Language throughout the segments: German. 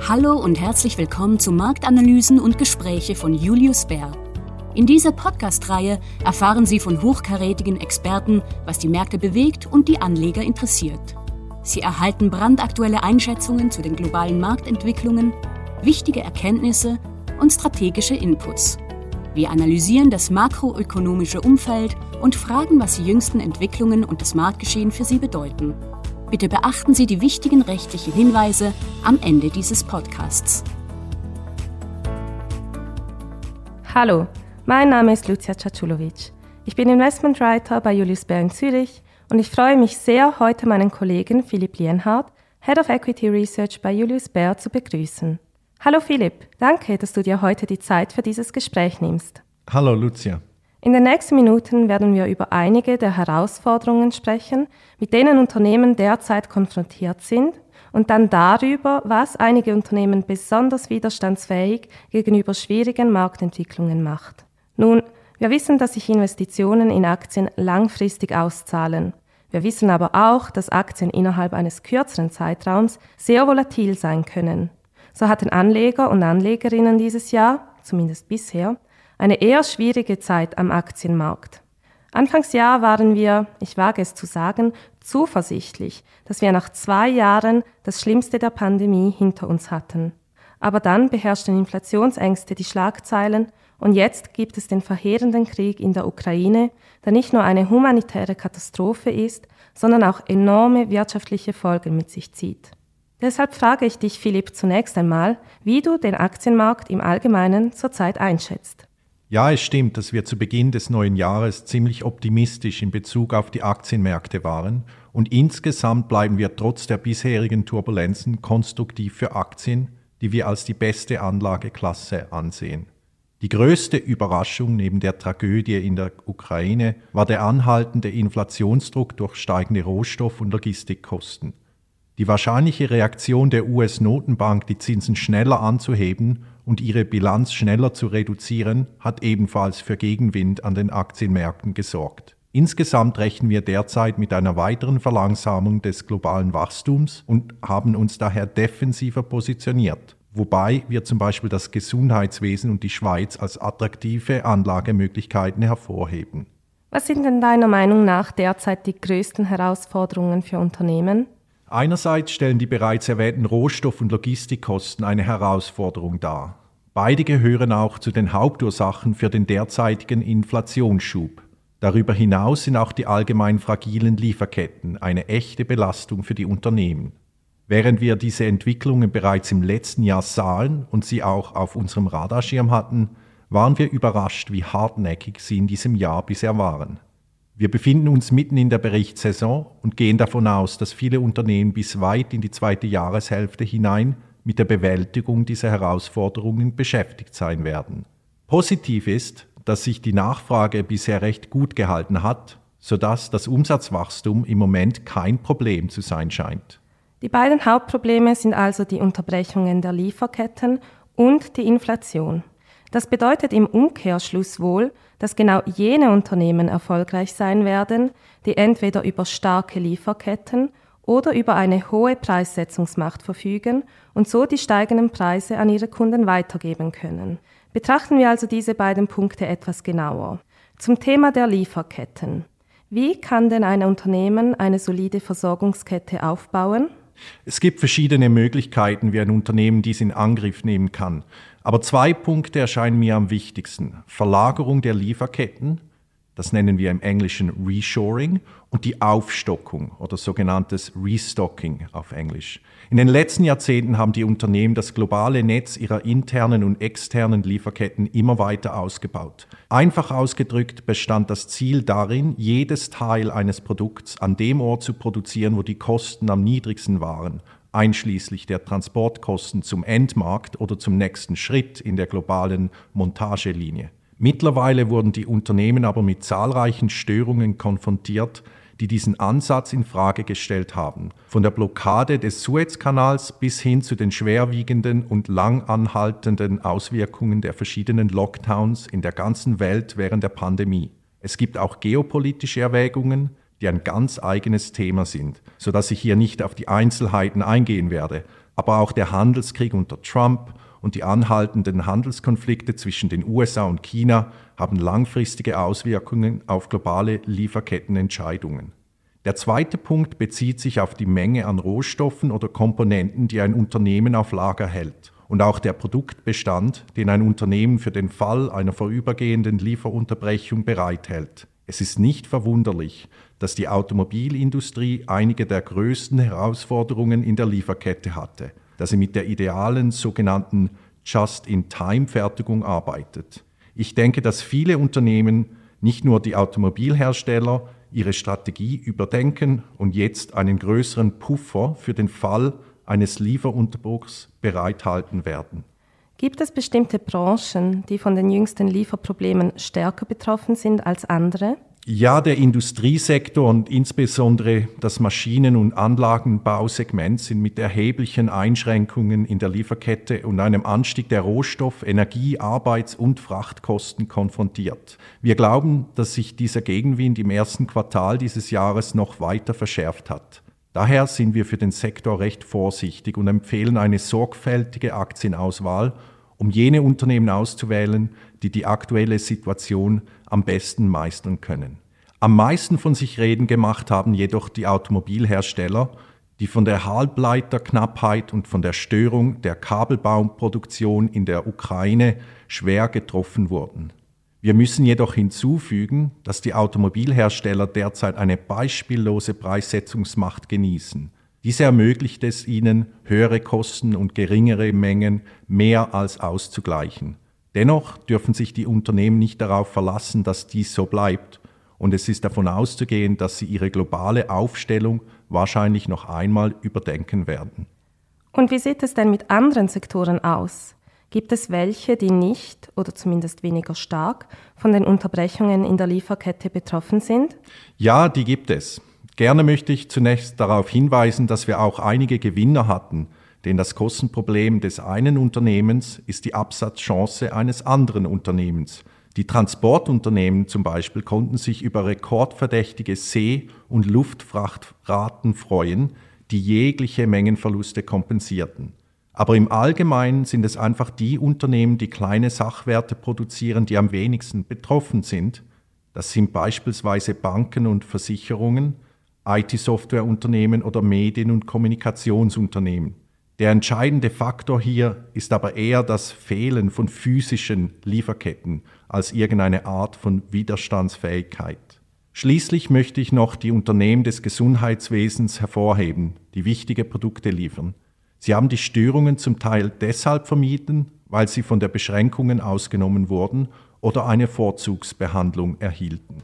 Hallo und herzlich willkommen zu Marktanalysen und Gespräche von Julius Baer. In dieser Podcast-Reihe erfahren Sie von hochkarätigen Experten, was die Märkte bewegt und die Anleger interessiert. Sie erhalten brandaktuelle Einschätzungen zu den globalen Marktentwicklungen, wichtige Erkenntnisse und strategische Inputs. Wir analysieren das makroökonomische Umfeld und fragen, was die jüngsten Entwicklungen und das Marktgeschehen für Sie bedeuten. Bitte beachten Sie die wichtigen rechtlichen Hinweise am Ende dieses Podcasts. Hallo, mein Name ist Lucia Caculovic. Ich bin Investmentwriter bei Julius Baer in Zürich und ich freue mich sehr, heute meinen Kollegen Philipp Lienhard, Head of Equity Research bei Julius Baer, zu begrüßen. Hallo Philipp, danke, dass du dir heute die Zeit für dieses Gespräch nimmst. Hallo Lucia. In den nächsten Minuten werden wir über einige der Herausforderungen sprechen, mit denen Unternehmen derzeit konfrontiert sind, und dann darüber, was einige Unternehmen besonders widerstandsfähig gegenüber schwierigen Marktentwicklungen macht. Nun, wir wissen, dass sich Investitionen in Aktien langfristig auszahlen. Wir wissen aber auch, dass Aktien innerhalb eines kürzeren Zeitraums sehr volatil sein können. So hatten Anleger und Anlegerinnen dieses Jahr, zumindest bisher, eine eher schwierige Zeit am Aktienmarkt. Anfangsjahr waren wir, ich wage es zu sagen, zuversichtlich, dass wir nach 2 Jahren das Schlimmste der Pandemie hinter uns hatten. Aber dann beherrschten Inflationsängste die Schlagzeilen und jetzt gibt es den verheerenden Krieg in der Ukraine, der nicht nur eine humanitäre Katastrophe ist, sondern auch enorme wirtschaftliche Folgen mit sich zieht. Deshalb frage ich dich, Philipp, zunächst einmal, wie du den Aktienmarkt im Allgemeinen zurzeit einschätzt. Ja, es stimmt, dass wir zu Beginn des neuen Jahres ziemlich optimistisch in Bezug auf die Aktienmärkte waren und insgesamt bleiben wir trotz der bisherigen Turbulenzen konstruktiv für Aktien, die wir als die beste Anlageklasse ansehen. Die größte Überraschung neben der Tragödie in der Ukraine war der anhaltende Inflationsdruck durch steigende Rohstoff- und Logistikkosten. Die wahrscheinliche Reaktion der US-Notenbank, die Zinsen schneller anzuheben und ihre Bilanz schneller zu reduzieren, hat ebenfalls für Gegenwind an den Aktienmärkten gesorgt. Insgesamt rechnen wir derzeit mit einer weiteren Verlangsamung des globalen Wachstums und haben uns daher defensiver positioniert, wobei wir zum Beispiel das Gesundheitswesen und die Schweiz als attraktive Anlagemöglichkeiten hervorheben. Was sind denn deiner Meinung nach derzeit die größten Herausforderungen für Unternehmen? Einerseits stellen die bereits erwähnten Rohstoff- und Logistikkosten eine Herausforderung dar. Beide gehören auch zu den Hauptursachen für den derzeitigen Inflationsschub. Darüber hinaus sind auch die allgemein fragilen Lieferketten eine echte Belastung für die Unternehmen. Während wir diese Entwicklungen bereits im letzten Jahr sahen und sie auch auf unserem Radarschirm hatten, waren wir überrascht, wie hartnäckig sie in diesem Jahr bisher waren. Wir befinden uns mitten in der Berichtssaison und gehen davon aus, dass viele Unternehmen bis weit in die zweite Jahreshälfte hinein mit der Bewältigung dieser Herausforderungen beschäftigt sein werden. Positiv ist, dass sich die Nachfrage bisher recht gut gehalten hat, sodass das Umsatzwachstum im Moment kein Problem zu sein scheint. Die beiden Hauptprobleme sind also die Unterbrechungen der Lieferketten und die Inflation. Das bedeutet im Umkehrschluss wohl, dass genau jene Unternehmen erfolgreich sein werden, die entweder über starke Lieferketten oder über eine hohe Preissetzungsmacht verfügen und so die steigenden Preise an ihre Kunden weitergeben können. Betrachten wir also diese beiden Punkte etwas genauer. Zum Thema der Lieferketten. Wie kann denn ein Unternehmen eine solide Versorgungskette aufbauen? Es gibt verschiedene Möglichkeiten, wie ein Unternehmen dies in Angriff nehmen kann. Aber 2 Punkte erscheinen mir am wichtigsten. Verlagerung der Lieferketten, das nennen wir im Englischen Reshoring, und die Aufstockung oder sogenanntes Restocking auf Englisch. In den letzten Jahrzehnten haben die Unternehmen das globale Netz ihrer internen und externen Lieferketten immer weiter ausgebaut. Einfach ausgedrückt bestand das Ziel darin, jedes Teil eines Produkts an dem Ort zu produzieren, wo die Kosten am niedrigsten waren, einschließlich der Transportkosten zum Endmarkt oder zum nächsten Schritt in der globalen Montagelinie. Mittlerweile wurden die Unternehmen aber mit zahlreichen Störungen konfrontiert, die diesen Ansatz in Frage gestellt haben. Von der Blockade des Suezkanals bis hin zu den schwerwiegenden und lang anhaltenden Auswirkungen der verschiedenen Lockdowns in der ganzen Welt während der Pandemie. Es gibt auch geopolitische Erwägungen, die ein ganz eigenes Thema sind, sodass ich hier nicht auf die Einzelheiten eingehen werde. aber auch der Handelskrieg unter Trump und die anhaltenden Handelskonflikte zwischen den USA und China haben langfristige Auswirkungen auf globale Lieferkettenentscheidungen. Der zweite Punkt bezieht sich auf die Menge an Rohstoffen oder Komponenten, die ein Unternehmen auf Lager hält, und auch der Produktbestand, den ein Unternehmen für den Fall einer vorübergehenden Lieferunterbrechung bereithält. Es ist nicht verwunderlich, dass die Automobilindustrie einige der größten Herausforderungen in der Lieferkette hatte, da sie mit der idealen sogenannten Just-in-Time-Fertigung arbeitet. Ich denke, dass viele Unternehmen, nicht nur die Automobilhersteller, ihre Strategie überdenken und jetzt einen größeren Puffer für den Fall eines Lieferunterbruchs bereithalten werden. Gibt es bestimmte Branchen, die von den jüngsten Lieferproblemen stärker betroffen sind als andere? Ja, der Industriesektor und insbesondere das Maschinen- und Anlagenbausegment sind mit erheblichen Einschränkungen in der Lieferkette und einem Anstieg der Rohstoff-, Energie-, Arbeits- und Frachtkosten konfrontiert. Wir glauben, dass sich dieser Gegenwind im ersten Quartal dieses Jahres noch weiter verschärft hat. Daher sind wir für den Sektor recht vorsichtig und empfehlen eine sorgfältige Aktienauswahl, um jene Unternehmen auszuwählen, die die aktuelle Situation am besten meistern können. Am meisten von sich reden gemacht haben jedoch die Automobilhersteller, die von der Halbleiterknappheit und von der Störung der Kabelbaumproduktion in der Ukraine schwer getroffen wurden. Wir müssen jedoch hinzufügen, dass die Automobilhersteller derzeit eine beispiellose Preissetzungsmacht genießen. Diese ermöglicht es ihnen, höhere Kosten und geringere Mengen mehr als auszugleichen. Dennoch dürfen sich die Unternehmen nicht darauf verlassen, dass dies so bleibt, und es ist davon auszugehen, dass sie ihre globale Aufstellung wahrscheinlich noch einmal überdenken werden. Und wie sieht es denn mit anderen Sektoren aus? Gibt es welche, die nicht oder zumindest weniger stark von den Unterbrechungen in der Lieferkette betroffen sind? Ja, die gibt es. Gerne möchte ich zunächst darauf hinweisen, dass wir auch einige Gewinner hatten, denn das Kostenproblem des einen Unternehmens ist die Absatzchance eines anderen Unternehmens. Die Transportunternehmen zum Beispiel konnten sich über rekordverdächtige See- und Luftfrachtraten freuen, die jegliche Mengenverluste kompensierten. Aber im Allgemeinen sind es einfach die Unternehmen, die kleine Sachwerte produzieren, die am wenigsten betroffen sind. Das sind beispielsweise Banken und Versicherungen, IT-Softwareunternehmen oder Medien- und Kommunikationsunternehmen. Der entscheidende Faktor hier ist aber eher das Fehlen von physischen Lieferketten als irgendeine Art von Widerstandsfähigkeit. Schließlich möchte ich noch die Unternehmen des Gesundheitswesens hervorheben, die wichtige Produkte liefern. Sie haben die Störungen zum Teil deshalb vermieden, weil sie von der Beschränkungen ausgenommen wurden oder eine Vorzugsbehandlung erhielten.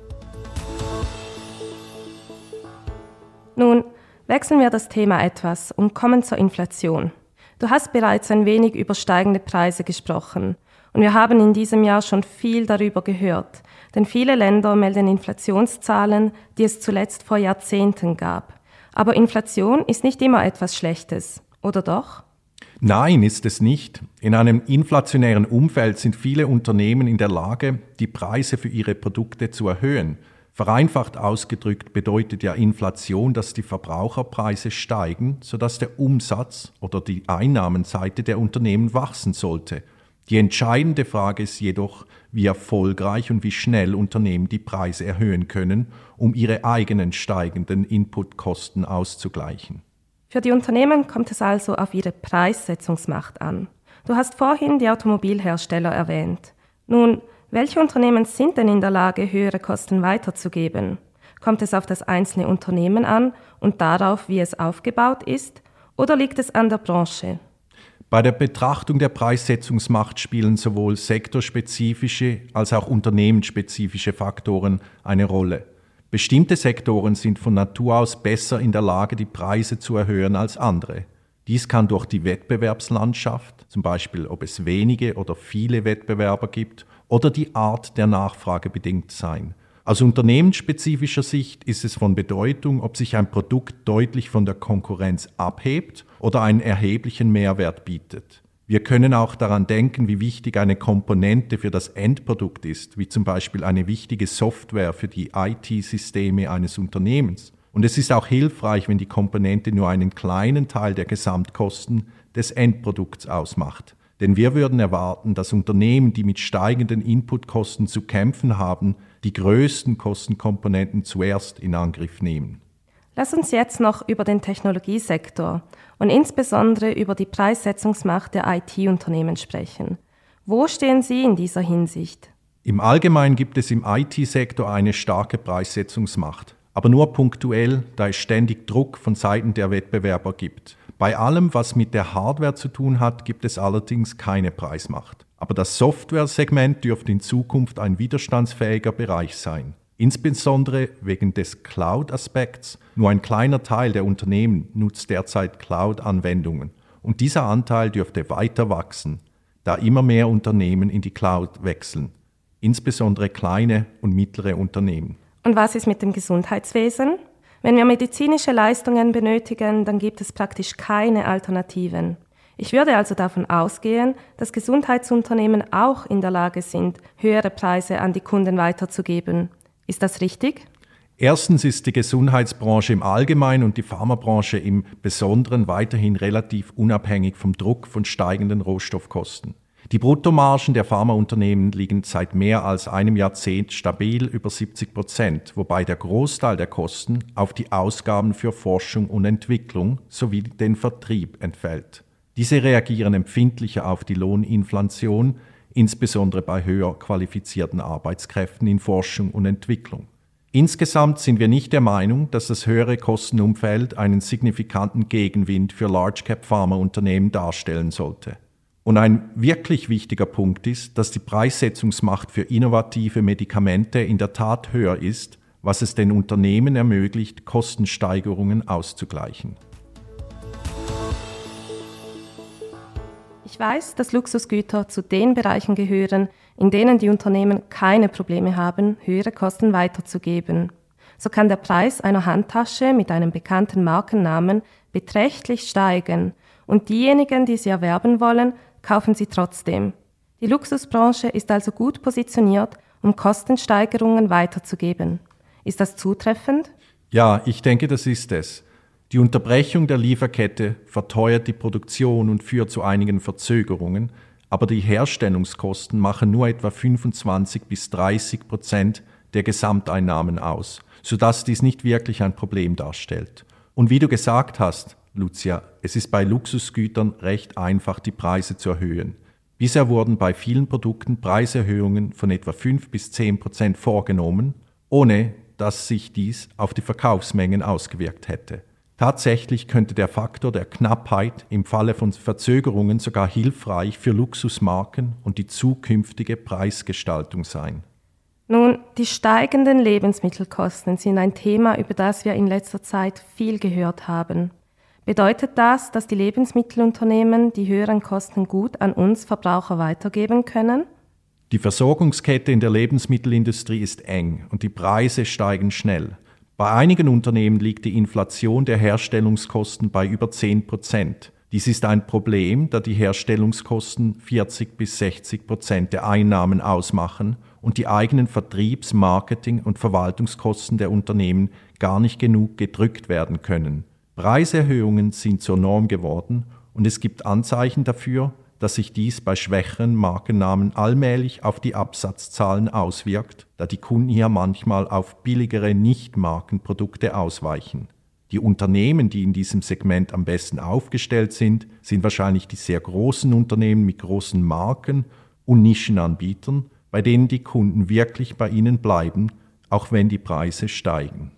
Nun, wechseln wir das Thema etwas und kommen zur Inflation. Du hast bereits ein wenig über steigende Preise gesprochen und wir haben in diesem Jahr schon viel darüber gehört, denn viele Länder melden Inflationszahlen, die es zuletzt vor Jahrzehnten gab. Aber Inflation ist nicht immer etwas Schlechtes, oder doch? Nein, ist es nicht. In einem inflationären Umfeld sind viele Unternehmen in der Lage, die Preise für ihre Produkte zu erhöhen. Vereinfacht ausgedrückt bedeutet ja Inflation, dass die Verbraucherpreise steigen, sodass der Umsatz oder die Einnahmenseite der Unternehmen wachsen sollte. Die entscheidende Frage ist jedoch, wie erfolgreich und wie schnell Unternehmen die Preise erhöhen können, um ihre eigenen steigenden Inputkosten auszugleichen. Für die Unternehmen kommt es also auf ihre Preissetzungsmacht an. Du hast vorhin die Automobilhersteller erwähnt. Nun, welche Unternehmen sind denn in der Lage, höhere Kosten weiterzugeben? Kommt es auf das einzelne Unternehmen an und darauf, wie es aufgebaut ist, oder liegt es an der Branche? Bei der Betrachtung der Preissetzungsmacht spielen sowohl sektorspezifische als auch unternehmensspezifische Faktoren eine Rolle. Bestimmte Sektoren sind von Natur aus besser in der Lage, die Preise zu erhöhen als andere. Dies kann durch die Wettbewerbslandschaft, zum Beispiel ob es wenige oder viele Wettbewerber gibt, oder die Art der Nachfrage bedingt sein. Aus unternehmensspezifischer Sicht ist es von Bedeutung, ob sich ein Produkt deutlich von der Konkurrenz abhebt oder einen erheblichen Mehrwert bietet. Wir können auch daran denken, wie wichtig eine Komponente für das Endprodukt ist, wie zum Beispiel eine wichtige Software für die IT-Systeme eines Unternehmens. Und es ist auch hilfreich, wenn die Komponente nur einen kleinen Teil der Gesamtkosten des Endprodukts ausmacht. Denn wir würden erwarten, dass Unternehmen, die mit steigenden Inputkosten zu kämpfen haben, die größten Kostenkomponenten zuerst in Angriff nehmen. Lass uns jetzt noch über den Technologiesektor und insbesondere über die Preissetzungsmacht der IT-Unternehmen sprechen. Wo stehen Sie in dieser Hinsicht? Im Allgemeinen gibt es im IT-Sektor eine starke Preissetzungsmacht, aber nur punktuell, da es ständig Druck von Seiten der Wettbewerber gibt. Bei allem, was mit der Hardware zu tun hat, gibt es allerdings keine Preismacht. Aber das Software-Segment dürfte in Zukunft ein widerstandsfähiger Bereich sein. Insbesondere wegen des Cloud-Aspekts. Nur ein kleiner Teil der Unternehmen nutzt derzeit Cloud-Anwendungen. Und dieser Anteil dürfte weiter wachsen, da immer mehr Unternehmen in die Cloud wechseln. Insbesondere kleine und mittlere Unternehmen. Und was ist mit dem Gesundheitswesen? Wenn wir medizinische Leistungen benötigen, dann gibt es praktisch keine Alternativen. Ich würde also davon ausgehen, dass Gesundheitsunternehmen auch in der Lage sind, höhere Preise an die Kunden weiterzugeben. Ist das richtig? Erstens ist die Gesundheitsbranche im Allgemeinen und die Pharmabranche im Besonderen weiterhin relativ unabhängig vom Druck von steigenden Rohstoffkosten. Die Bruttomargen der Pharmaunternehmen liegen seit mehr als einem Jahrzehnt stabil über 70%, wobei der Großteil der Kosten auf die Ausgaben für Forschung und Entwicklung sowie den Vertrieb entfällt. Diese reagieren empfindlicher auf die Lohninflation, insbesondere bei höher qualifizierten Arbeitskräften in Forschung und Entwicklung. Insgesamt sind wir nicht der Meinung, dass das höhere Kostenumfeld einen signifikanten Gegenwind für Large-Cap-Pharmaunternehmen darstellen sollte. Und ein wirklich wichtiger Punkt ist, dass die Preissetzungsmacht für innovative Medikamente in der Tat höher ist, was es den Unternehmen ermöglicht, Kostensteigerungen auszugleichen. Ich weiß, dass Luxusgüter zu den Bereichen gehören, in denen die Unternehmen keine Probleme haben, höhere Kosten weiterzugeben. So kann der Preis einer Handtasche mit einem bekannten Markennamen beträchtlich steigen und diejenigen, die sie erwerben wollen, kaufen sie trotzdem. Die Luxusbranche ist also gut positioniert, um Kostensteigerungen weiterzugeben. Ist das zutreffend? Ja, ich denke, das ist es. Die Unterbrechung der Lieferkette verteuert die Produktion und führt zu einigen Verzögerungen, aber die Herstellungskosten machen nur etwa 25-30% der Gesamteinnahmen aus, sodass dies nicht wirklich ein Problem darstellt. Und wie du gesagt hast, Lucia, es ist bei Luxusgütern recht einfach, die Preise zu erhöhen. Bisher wurden bei vielen Produkten Preiserhöhungen von etwa 5-10% vorgenommen, ohne dass sich dies auf die Verkaufsmengen ausgewirkt hätte. Tatsächlich könnte der Faktor der Knappheit im Falle von Verzögerungen sogar hilfreich für Luxusmarken und die zukünftige Preisgestaltung sein. Nun, die steigenden Lebensmittelkosten sind ein Thema, über das wir in letzter Zeit viel gehört haben. Bedeutet das, dass die Lebensmittelunternehmen die höheren Kosten gut an uns Verbraucher weitergeben können? Die Versorgungskette in der Lebensmittelindustrie ist eng und die Preise steigen schnell. Bei einigen Unternehmen liegt die Inflation der Herstellungskosten bei über 10%. Dies ist ein Problem, da die Herstellungskosten 40-60% der Einnahmen ausmachen und die eigenen Vertriebs-, Marketing- und Verwaltungskosten der Unternehmen gar nicht genug gedrückt werden können. Preiserhöhungen sind zur Norm geworden und es gibt Anzeichen dafür, dass sich dies bei schwächeren Markennamen allmählich auf die Absatzzahlen auswirkt, da die Kunden hier manchmal auf billigere Nicht-Markenprodukte ausweichen. Die Unternehmen, die in diesem Segment am besten aufgestellt sind, sind wahrscheinlich die sehr großen Unternehmen mit großen Marken und Nischenanbietern, bei denen die Kunden wirklich bei ihnen bleiben, auch wenn die Preise steigen.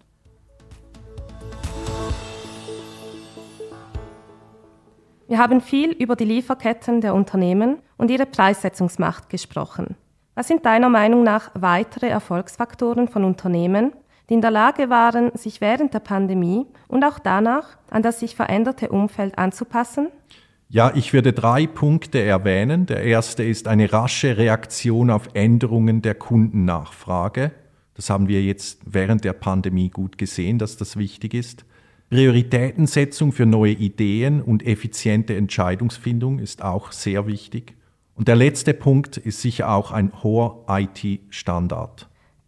Wir haben viel über die Lieferketten der Unternehmen und ihre Preissetzungsmacht gesprochen. Was sind deiner Meinung nach weitere Erfolgsfaktoren von Unternehmen, die in der Lage waren, sich während der Pandemie und auch danach an das sich veränderte Umfeld anzupassen? Ja, ich würde 3 Punkte erwähnen. Der erste ist eine rasche Reaktion auf Änderungen der Kundennachfrage. Das haben wir jetzt während der Pandemie gut gesehen, dass das wichtig ist. Prioritätensetzung für neue Ideen und effiziente Entscheidungsfindung ist auch sehr wichtig. Und der letzte Punkt ist sicher auch ein hoher IT-Standard.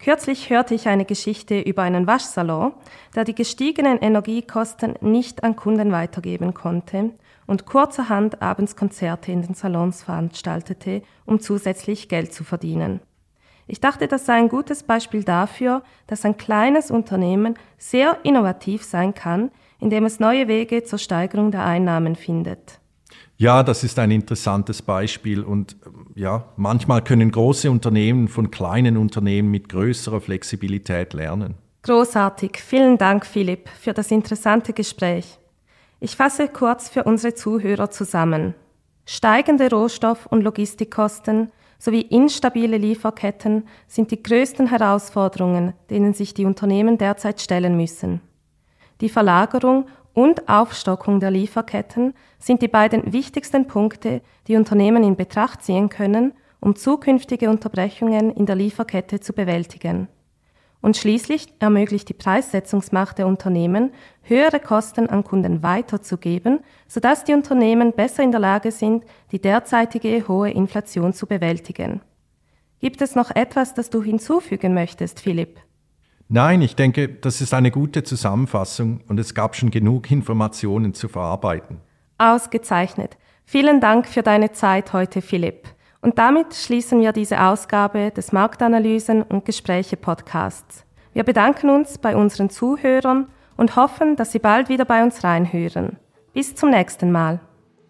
Kürzlich hörte ich eine Geschichte über einen Waschsalon, der die gestiegenen Energiekosten nicht an Kunden weitergeben konnte und kurzerhand abends Konzerte in den Salons veranstaltete, um zusätzlich Geld zu verdienen. Ich dachte, das sei ein gutes Beispiel dafür, dass ein kleines Unternehmen sehr innovativ sein kann, indem es neue Wege zur Steigerung der Einnahmen findet. Ja, das ist ein interessantes Beispiel und ja, manchmal können große Unternehmen von kleinen Unternehmen mit größerer Flexibilität lernen. Großartig. Vielen Dank, Philipp, für das interessante Gespräch. Ich fasse kurz für unsere Zuhörer zusammen. Steigende Rohstoff- und Logistikkosten sowie instabile Lieferketten sind die größten Herausforderungen, denen sich die Unternehmen derzeit stellen müssen. Die Verlagerung und Aufstockung der Lieferketten sind die beiden wichtigsten Punkte, die Unternehmen in Betracht ziehen können, um zukünftige Unterbrechungen in der Lieferkette zu bewältigen. Und schließlich ermöglicht die Preissetzungsmacht der Unternehmen, höhere Kosten an Kunden weiterzugeben, sodass die Unternehmen besser in der Lage sind, die derzeitige hohe Inflation zu bewältigen. Gibt es noch etwas, das du hinzufügen möchtest, Philipp? Nein, ich denke, das ist eine gute Zusammenfassung und es gab schon genug Informationen zu verarbeiten. Ausgezeichnet. Vielen Dank für deine Zeit heute, Philipp. Und damit schließen wir diese Ausgabe des Marktanalysen und Gespräche Podcasts. Wir bedanken uns bei unseren Zuhörern und hoffen, dass Sie bald wieder bei uns reinhören. Bis zum nächsten Mal.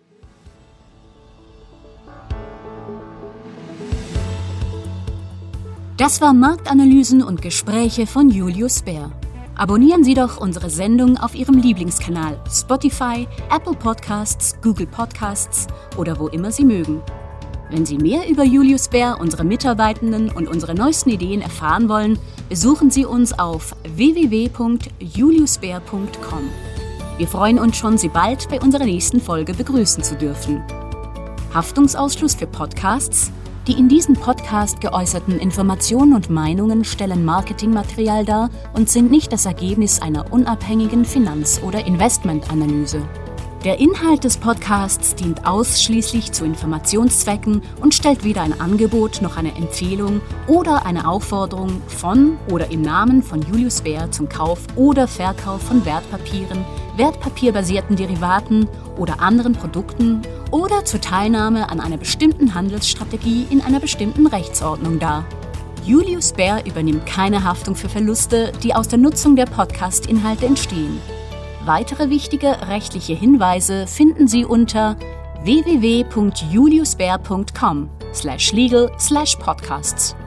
Das war Marktanalysen und Gespräche von Julius Baer. Abonnieren Sie doch unsere Sendung auf Ihrem Lieblingskanal Spotify, Apple Podcasts, Google Podcasts oder wo immer Sie mögen. Wenn Sie mehr über Julius Baer, unsere Mitarbeitenden und unsere neuesten Ideen erfahren wollen, besuchen Sie uns auf www.juliusbaer.com. Wir freuen uns schon, Sie bald bei unserer nächsten Folge begrüßen zu dürfen. Haftungsausschluss für Podcasts. Die in diesem Podcast geäußerten Informationen und Meinungen stellen Marketingmaterial dar und sind nicht das Ergebnis einer unabhängigen Finanz- oder Investmentanalyse. Der Inhalt des Podcasts dient ausschließlich zu Informationszwecken und stellt weder ein Angebot noch eine Empfehlung oder eine Aufforderung von oder im Namen von Julius Baer zum Kauf oder Verkauf von Wertpapieren, wertpapierbasierten Derivaten oder anderen Produkten oder zur Teilnahme an einer bestimmten Handelsstrategie in einer bestimmten Rechtsordnung dar. Julius Baer übernimmt keine Haftung für Verluste, die aus der Nutzung der Podcast-Inhalte entstehen. Weitere wichtige rechtliche Hinweise finden Sie unter www.juliusbaer.com/legal/podcasts.